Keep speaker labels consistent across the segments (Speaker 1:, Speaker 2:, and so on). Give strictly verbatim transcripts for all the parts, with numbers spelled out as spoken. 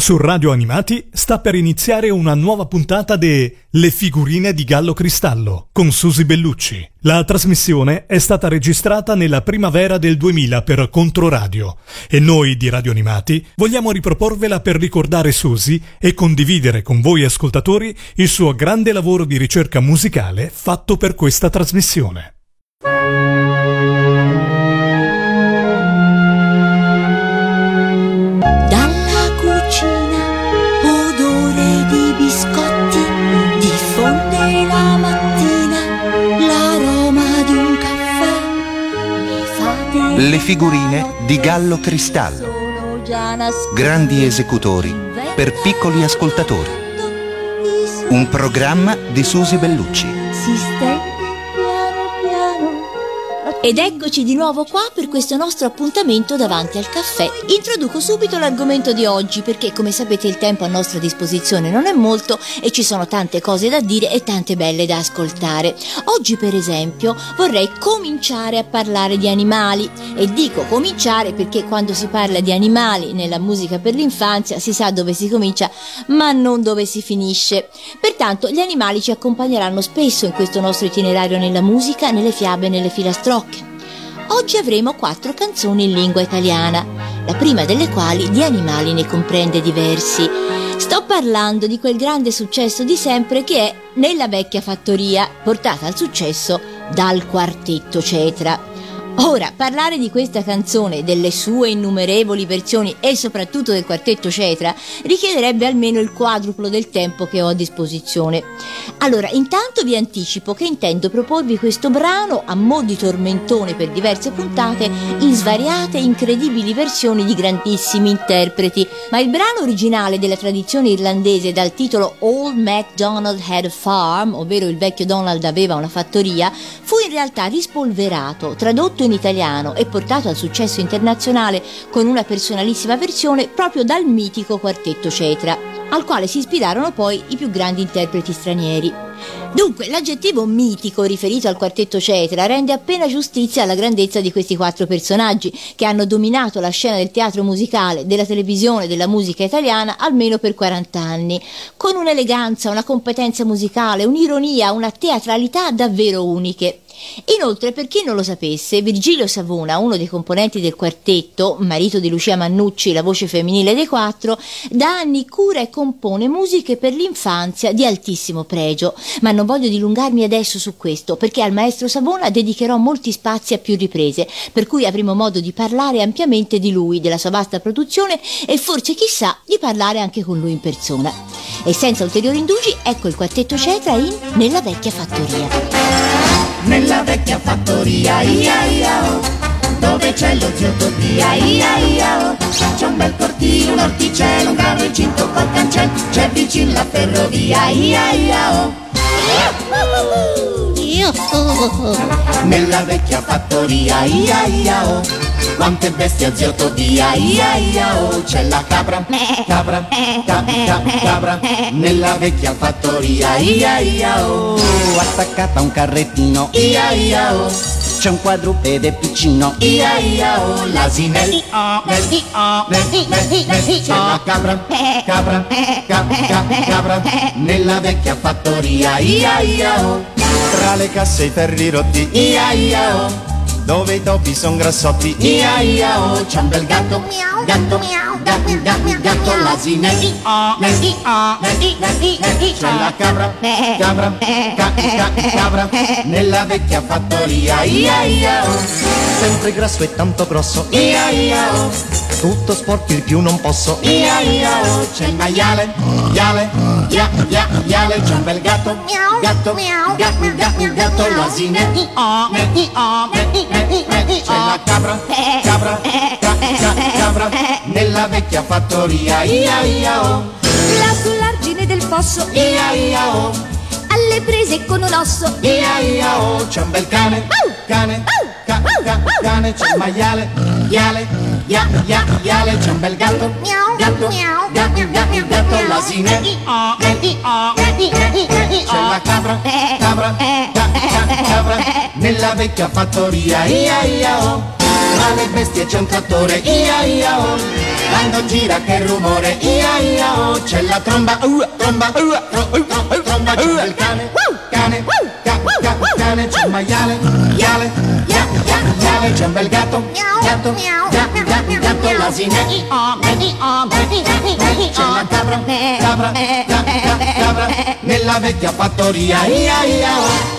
Speaker 1: Su Radio Animati sta per iniziare una nuova puntata de Le figurine di Gallo Cristallo con Susi Bellucci. La trasmissione è stata registrata nella primavera del duemila per Controradio e noi di Radio Animati vogliamo riproporvela per ricordare Susi e condividere con voi ascoltatori il suo grande lavoro di ricerca musicale fatto per questa trasmissione.
Speaker 2: Le figurine di Gallo Cristallo. Grandi esecutori per piccoli ascoltatori. Un programma di Susi Bellucci.
Speaker 3: Ed eccoci di nuovo qua per questo nostro appuntamento davanti al caffè. Introduco subito l'argomento di oggi perché, come sapete, il tempo a nostra disposizione non è molto e ci sono tante cose da dire e tante belle da ascoltare. Oggi, per esempio, vorrei cominciare a parlare di animali, e dico cominciare perché quando si parla di animali nella musica per l'infanzia si sa dove si comincia ma non dove si finisce. Pertanto gli animali ci accompagneranno spesso in questo nostro itinerario nella musica, nelle fiabe e nelle filastrocche. Oggi avremo quattro canzoni in lingua italiana, la prima delle quali di animali ne comprende diversi. Sto parlando di quel grande successo di sempre che è Nella vecchia fattoria, portata al successo dal quartetto Cetra. Ora, parlare di questa canzone, delle sue innumerevoli versioni e soprattutto del quartetto Cetra richiederebbe almeno il quadruplo del tempo che ho a disposizione. Allora, intanto vi anticipo che intendo proporvi questo brano a mo' di tormentone per diverse puntate in svariate e incredibili versioni di grandissimi interpreti, ma il brano originale della tradizione irlandese dal titolo Old MacDonald Had a Farm, ovvero Il vecchio Donald aveva una fattoria, fu in realtà rispolverato, tradotto in italiano e portato al successo internazionale con una personalissima versione proprio dal mitico quartetto Cetra, al quale si ispirarono poi i più grandi interpreti stranieri. Dunque, l'aggettivo mitico riferito al quartetto Cetra rende appena giustizia alla grandezza di questi quattro personaggi che hanno dominato la scena del teatro musicale, della televisione, della musica italiana almeno per quaranta anni, con un'eleganza, una competenza musicale, un'ironia, una teatralità davvero uniche. Inoltre, per chi non lo sapesse, Virgilio Savona, uno dei componenti del quartetto, marito di Lucia Mannucci, la voce femminile dei quattro, da anni cura e compone musiche per l'infanzia di altissimo pregio, ma non voglio dilungarmi adesso su questo perché al maestro Savona dedicherò molti spazi a più riprese, per cui avremo modo di parlare ampiamente di lui, della sua vasta produzione e forse, chissà, di parlare anche con lui in persona. E senza ulteriori indugi, ecco il quartetto Cetra in Nella vecchia fattoria.
Speaker 4: Nella vecchia fattoria, ia ia oh, dove c'è lo zio Tobia, ia ia oh, c'è un bel cortile, un orticello, un gran recinto col cancello, c'è vicino la ferrovia, ia ia oh. Nella vecchia fattoria, ia ia oh, quante bestie zio Tobia, ia ia oh, c'è la capra, capra, capra, capra, nella vecchia fattoria, ia ia oh,
Speaker 5: attaccata a un carrettino,
Speaker 4: ia ia oh,
Speaker 5: c'è un quadrupede piccino,
Speaker 4: ia ia oh, l'asinello, nel, nel, nel, nel, c'è la capra, capra, capra, capra, nella vecchia fattoria, ia ia oh,
Speaker 6: tra le casse i ferri rotti,
Speaker 4: ia ia oh,
Speaker 6: dove i topi son grassotti,
Speaker 4: ia ia oh, c'è un bel gatto, gatto, gatto, gatto, gatto, l'asinello, nel, nel, nel, c'è la capra, capra, capra, capra, nella vecchia fattoria, ia ia oh,
Speaker 6: sempre grasso e tanto grosso,
Speaker 4: ia ia oh,
Speaker 6: tutto sporco il più non posso,
Speaker 4: ia ia oh, c'è il maiale, iale, ia, ia, iale, c'è un bel gatto, gatto, gatto, gatto, gatto, l'asinello, nel, nel, c'è la capra, capra, capra, capra, nella vecchia fattoria, ia ia oh,
Speaker 7: là sull'argine del fosso,
Speaker 4: ia ia oh,
Speaker 7: alle prese con un osso,
Speaker 4: ia ia oh, c'è un bel cane, cane, ca, ca, cane, c'è il maiale, iale, ia, ia, iale, c'è un bel gatto, gatto, gatto, gatto, gatto, l'asinello, c'è la capra, capra, capra, capra, nella vecchia fattoria, ia ia oh, Tra le bestie c'è un trattore, ia ia oh. Quando gira che rumore, ia ia oh. C'è la tromba, tromba, tro, tro, tromba. C'è il cane, cane, ca, ca, cane. C'è il maiale, iale, ia, ia, iale. C'è un bel gatto, gatto, ga, ga, gatto. L'asine, c'è la capra, capra, ga, ga, capra. Nella vecchia fattoria, ia ia oh.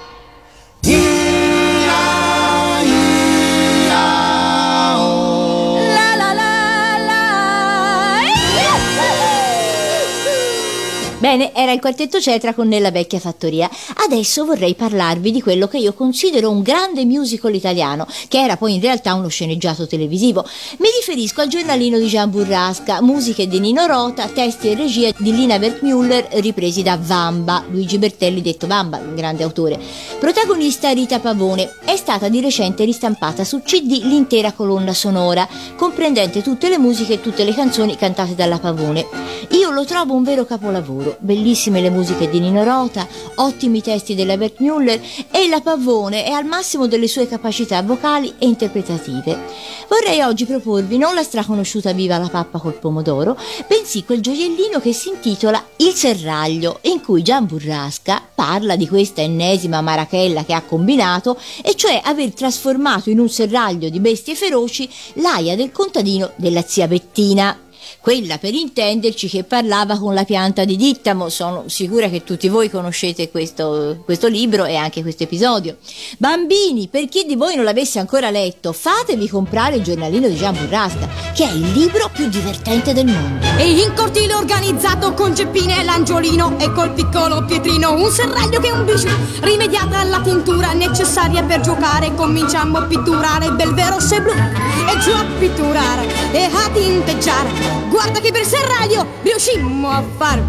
Speaker 3: Bene, era il quartetto Cetra con Nella vecchia fattoria. Adesso vorrei parlarvi di quello che io considero un grande musical italiano, che era poi in realtà uno sceneggiato televisivo. Mi riferisco al Giornalino di Gian Burrasca, musiche di Nino Rota, testi e regia di Lina Wertmüller, ripresi da Vamba, Luigi Bertelli detto Vamba, un grande autore. Protagonista Rita Pavone. È stata di recente ristampata su C D l'intera colonna sonora, comprendente tutte le musiche e tutte le canzoni cantate dalla Pavone. Io lo trovo un vero capolavoro. Bellissime le musiche di Nino Rota, ottimi testi della Wertmüller, e la Pavone è al massimo delle sue capacità vocali e interpretative. Vorrei oggi proporvi non la straconosciuta Viva la pappa col pomodoro, bensì quel gioiellino che si intitola Il serraglio, in cui Gian Burrasca parla di questa ennesima marachella che ha combinato, e cioè aver trasformato in un serraglio di bestie feroci l'aia del contadino della zia Bettina. Quella, per intenderci, che parlava con la pianta di Dittamo. Sono sicura che tutti voi conoscete questo, questo libro e anche questo episodio. Bambini, per chi di voi non l'avesse ancora letto, fatevi comprare il Giornalino di Gian Burrasca, che è il libro più divertente del mondo.
Speaker 8: E in cortile organizzato con Geppine e l'Angiolino e col piccolo Pietrino, un serraglio che è un bijou, rimediata alla tintura necessaria per giocare, cominciamo a pitturare bel vero rosso e blu, e giù a pitturare e a tinteggiare. Guarda che per serraglio riuscimmo a far.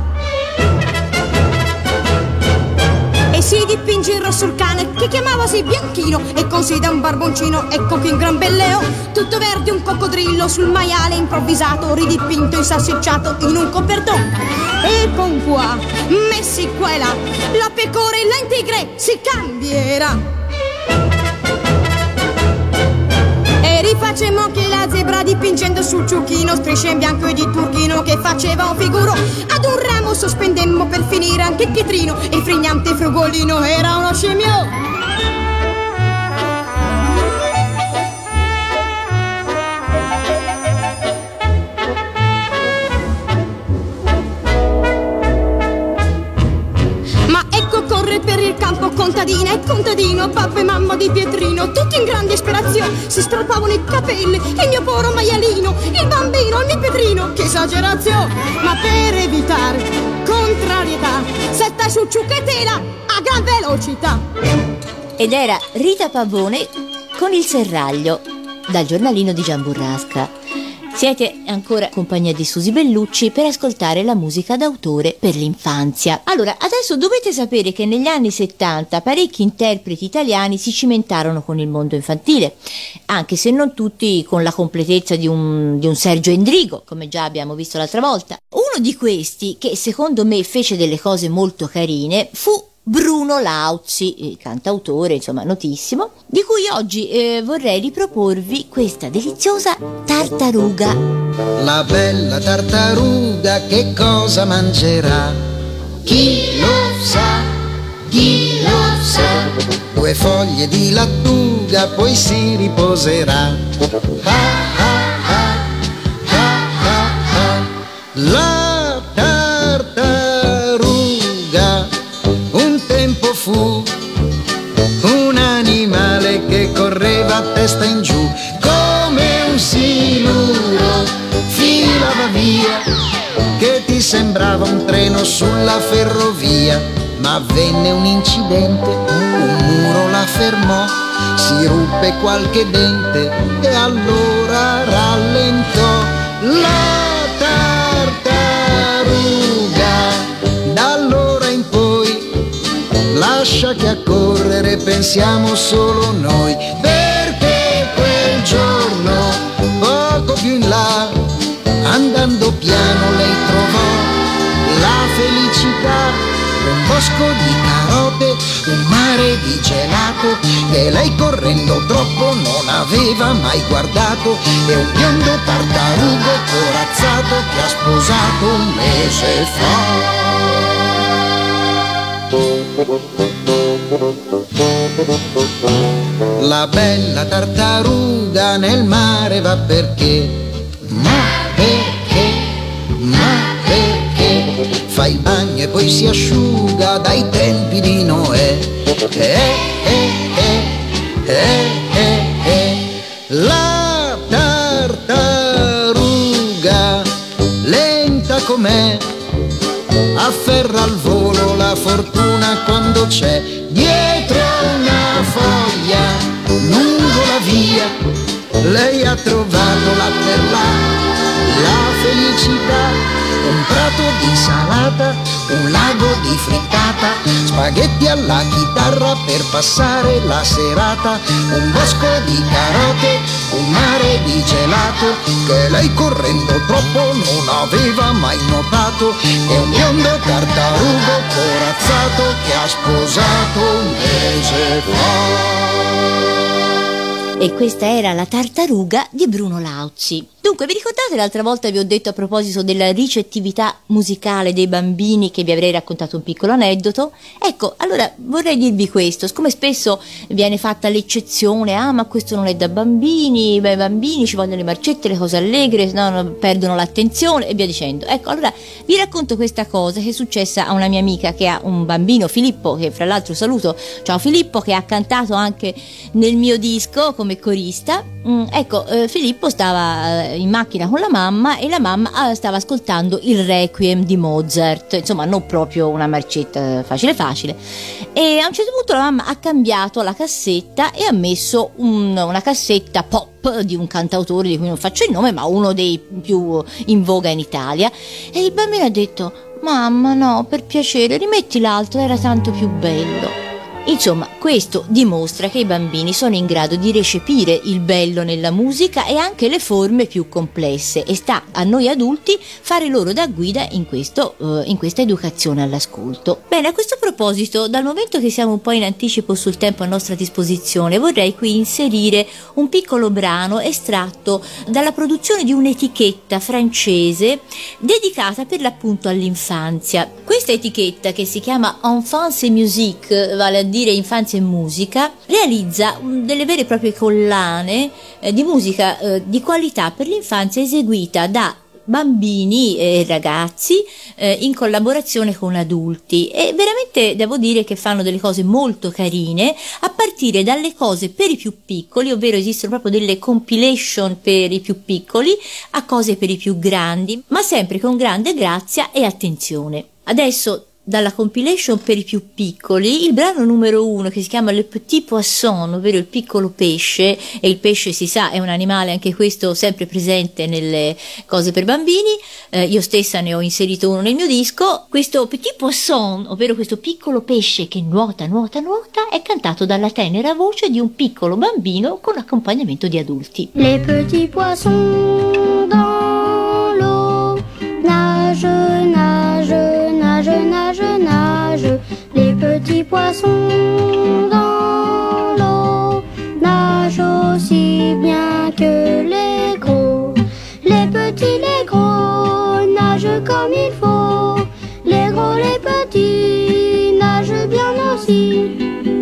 Speaker 8: E si dipinge il rosso il cane che chiamavasi Bianchino, e così da un barboncino ecco che in gran belleo, tutto verde un coccodrillo sul maiale improvvisato, ridipinto insalsicciato in un copertone. E con qua, messi qua e là, la pecora e la tigre si cambierà. E rifacemmo anche la zebra dipingendo sul ciuchino strisce in bianco e di turchino che faceva un figuro. Ad un ramo sospendemmo per finire anche il Pietrino, e il frignante frugolino era uno scemio. Per il campo contadina e contadino, papà e mamma di Pietrino, tutti in grande disperazione, si strappavano i capelli, il mio povero maialino, il bambino, il mio Pietrino, che esagerazione! Ma per evitare contrarietà, salta su ciuchetela a gran velocità.
Speaker 3: Ed era Rita Pavone con Il serraglio, dal Giornalino di Gian Burrasca. Siete ancora in compagnia di Susi Bellucci per ascoltare la musica d'autore per l'infanzia. Allora, adesso dovete sapere che negli anni settanta parecchi interpreti italiani si cimentarono con il mondo infantile, anche se non tutti con la completezza di un, di un Sergio Endrigo, come già abbiamo visto l'altra volta. Uno di questi, che secondo me fece delle cose molto carine, fu Bruno Lauzi, cantautore insomma notissimo, di cui oggi eh, vorrei riproporvi questa deliziosa tartaruga.
Speaker 9: La bella tartaruga che cosa mangerà? Chi lo sa, chi lo sa? Due foglie di lattuga poi si riposerà. Ah, ah, ah, ah, ah, ah. La tartaruga un tempo fu un animale che correva a testa in giù, come un siluro filava via, che ti sembrava un treno sulla ferrovia. Ma avvenne un incidente, un muro la fermò, si ruppe qualche dente e allora rallentò. La tartaruga d'allora in poi lascia che a correre pensiamo solo noi, perché quel giorno poco più in là, andando piano, lei trovò la felicità. Un bosco di carote, un mare di gelato, sposato, che lei correndo troppo non aveva mai guardato, e un biondo tartarugo corazzato che ha sposato un mese fa. La bella tartaruga nel mare va perché, ma perché, ma perché, fa il bagno e poi si asciuga dai tempi di Noè. Eh, eh, eh, eh, eh, eh. La tartaruga, lenta com'è, afferra al volo la fortuna quando c'è dietro una foglia lungo la via. Lei ha trovato là per là la felicità, un prato di insalata, un lago di frittata, spaghetti alla chitarra per passare la serata, un bosco di carote, un mare di gelato, che lei correndo troppo non aveva mai notato, e un biondo tartarugo corazzato che ha sposato un mese fa.
Speaker 3: E questa era La tartaruga di Bruno Lauzi. Dunque, vi ricordate l'altra volta vi ho detto a proposito della ricettività musicale dei bambini che vi avrei raccontato un piccolo aneddoto? Ecco, allora vorrei dirvi questo, siccome spesso viene fatta l'eccezione, ah ma questo non è da bambini, beh, i bambini ci vogliono le marcette, le cose allegre, no, no, perdono l'attenzione e via dicendo. Ecco, allora vi racconto questa cosa che è successa a una mia amica che ha un bambino, Filippo, che fra l'altro saluto, ciao Filippo, che ha cantato anche nel mio disco come corista. Mm, ecco, eh, Filippo stava eh, in macchina con la mamma e la mamma eh, stava ascoltando il Requiem di Mozart, insomma non proprio una marcetta facile facile, e a un certo punto la mamma ha cambiato la cassetta e ha messo un, una cassetta pop di un cantautore di cui non faccio il nome, ma uno dei più in voga in Italia, e il bambino ha detto: mamma no, per piacere rimetti l'altro, era tanto più bello. Insomma, questo dimostra che i bambini sono in grado di recepire il bello nella musica e anche le forme più complesse, e sta a noi adulti fare loro da guida in, questo, uh, in questa educazione all'ascolto. Bene, a questo proposito, dal momento che siamo un po' in anticipo sul tempo a nostra disposizione, vorrei qui inserire un piccolo brano estratto dalla produzione di un'etichetta francese dedicata per l'appunto all'infanzia. Questa etichetta, che si chiama Enfance et Musique, vale a dire infanzia e musica, realizza delle vere e proprie collane eh, di musica eh, di qualità per l'infanzia eseguita da bambini e ragazzi eh, in collaborazione con adulti, e veramente devo dire che fanno delle cose molto carine, a partire dalle cose per i più piccoli, ovvero esistono proprio delle compilation per i più piccoli, a cose per i più grandi, ma sempre con grande grazia e attenzione. Adesso, dalla compilation per i più piccoli, il brano numero uno, che si chiama Le Petit Poisson, ovvero il piccolo pesce, e il pesce si sa è un animale anche questo sempre presente nelle cose per bambini, eh, io stessa ne ho inserito uno nel mio disco. Questo Petit Poisson, ovvero questo piccolo pesce che nuota, nuota, nuota, è cantato dalla tenera voce di un piccolo bambino con accompagnamento di adulti.
Speaker 7: Les petits poissons dans l'eau nagent, nagent, nagent, nagent, nagent. Les petits poissons dans l'eau nagent aussi bien que les gros. Les petits, les gros nagent comme il faut. Les gros, les petits nagent bien aussi.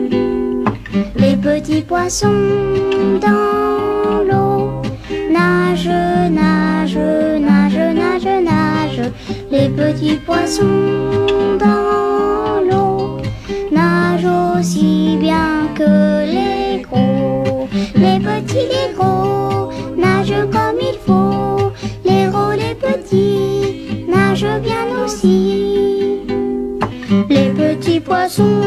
Speaker 7: Les petits poissons dans l'eau nagent, nagent, nagent, nagent, nagent. Les petits poissons dans l'eau nagent aussi bien que les gros. Les petits, les gros nagent comme il faut. Les gros, les petits nagent bien aussi. Les petits poissons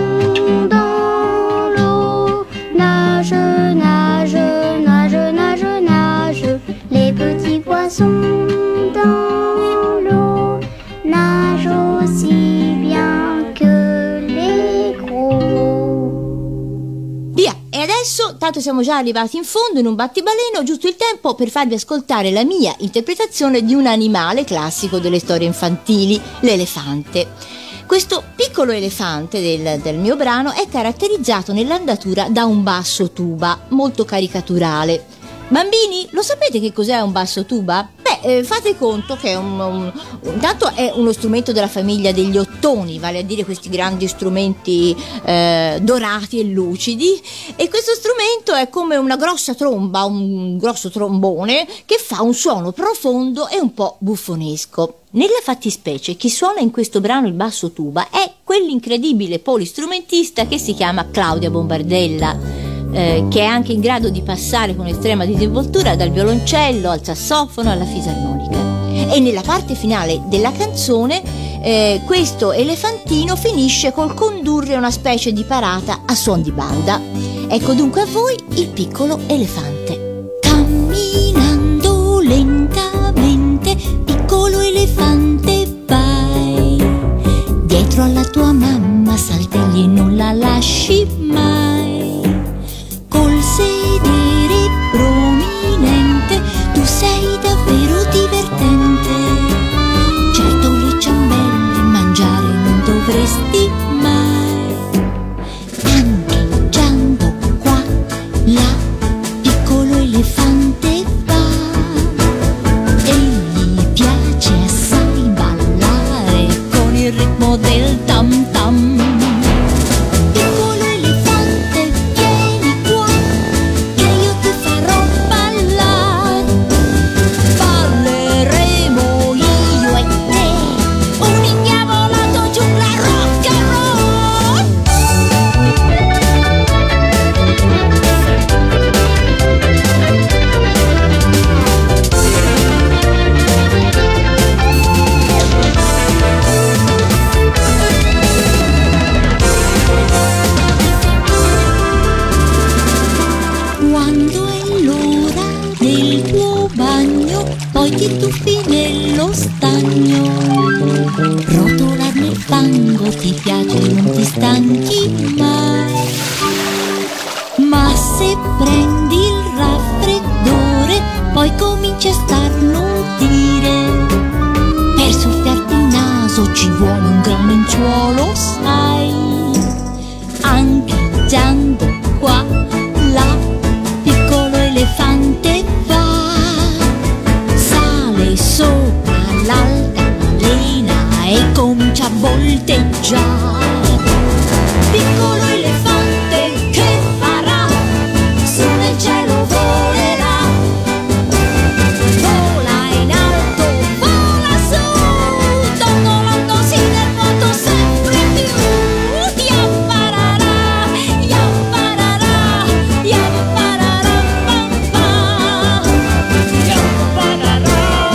Speaker 7: dans l'eau nagent, nagent, nagent, nagent, nagent. Les petits poissons dans l'eau nagent aussi bien que les gros.
Speaker 3: Via, e adesso, tanto siamo già arrivati in fondo in un battibaleno, giusto il tempo per farvi ascoltare la mia interpretazione di un animale classico delle storie infantili, l'elefante. Questo piccolo elefante del, del mio brano è caratterizzato nell'andatura da un basso tuba molto caricaturale. Bambini, lo sapete che cos'è un basso tuba? Beh, eh, fate conto che è un, un, intanto è uno strumento della famiglia degli ottoni, vale a dire questi grandi strumenti eh, dorati e lucidi, e questo strumento è come una grossa tromba, un grosso trombone che fa un suono profondo e un po' buffonesco. Nella fattispecie chi suona in questo brano il basso tuba è quell'incredibile polistrumentista che si chiama Claudia Bombardella, Eh, che è anche in grado di passare con estrema disinvoltura dal violoncello al sassofono alla fisarmonica. E nella parte finale della canzone eh, questo elefantino finisce col condurre una specie di parata a suon di banda. Ecco dunque a voi il piccolo elefante. Camminando lentamente, piccolo elefante vai, dietro alla tua mamma saltelli e non la lasci mai. Col sedere prominente tu sei davvero divertente. Certo le ciambelle mangiare non dovresti mai. Campeggiando qua, là, piccolo elefante va, e gli piace assai ballare con il ritmo del tam tam. Ti tuffi nello stagno, rotolar nel fango ti piace, non ti stanchi mai. Ma se prendi il raffreddore poi cominci a starnutire. Per soffiarti il naso ci vuole un gran lenzuolo, sai. Anche giando qua, là, piccolo elefante va, sopra l'altalena e comincia a volteggiare. Piccolo elefante che farà? Su nel cielo volerà. Vola in alto, vola su, dondolandosi nel vuoto sempre più. Yampararà, yampararà, yampararà, pam pam. Yampararà.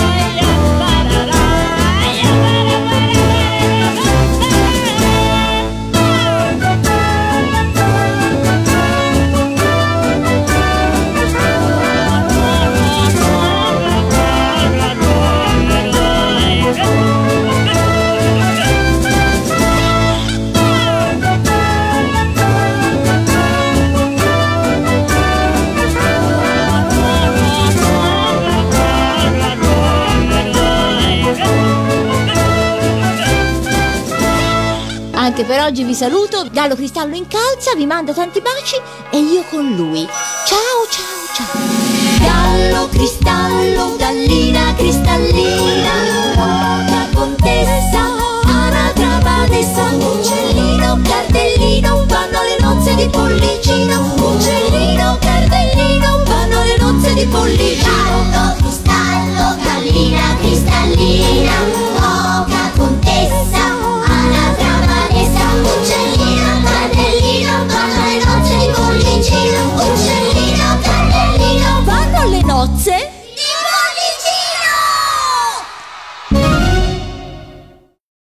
Speaker 3: Anche per oggi vi saluto, Gallo Cristallo in calza, vi manda tanti baci e io con lui. Ciao ciao ciao. Gallo Cristallo, gallina cristallina.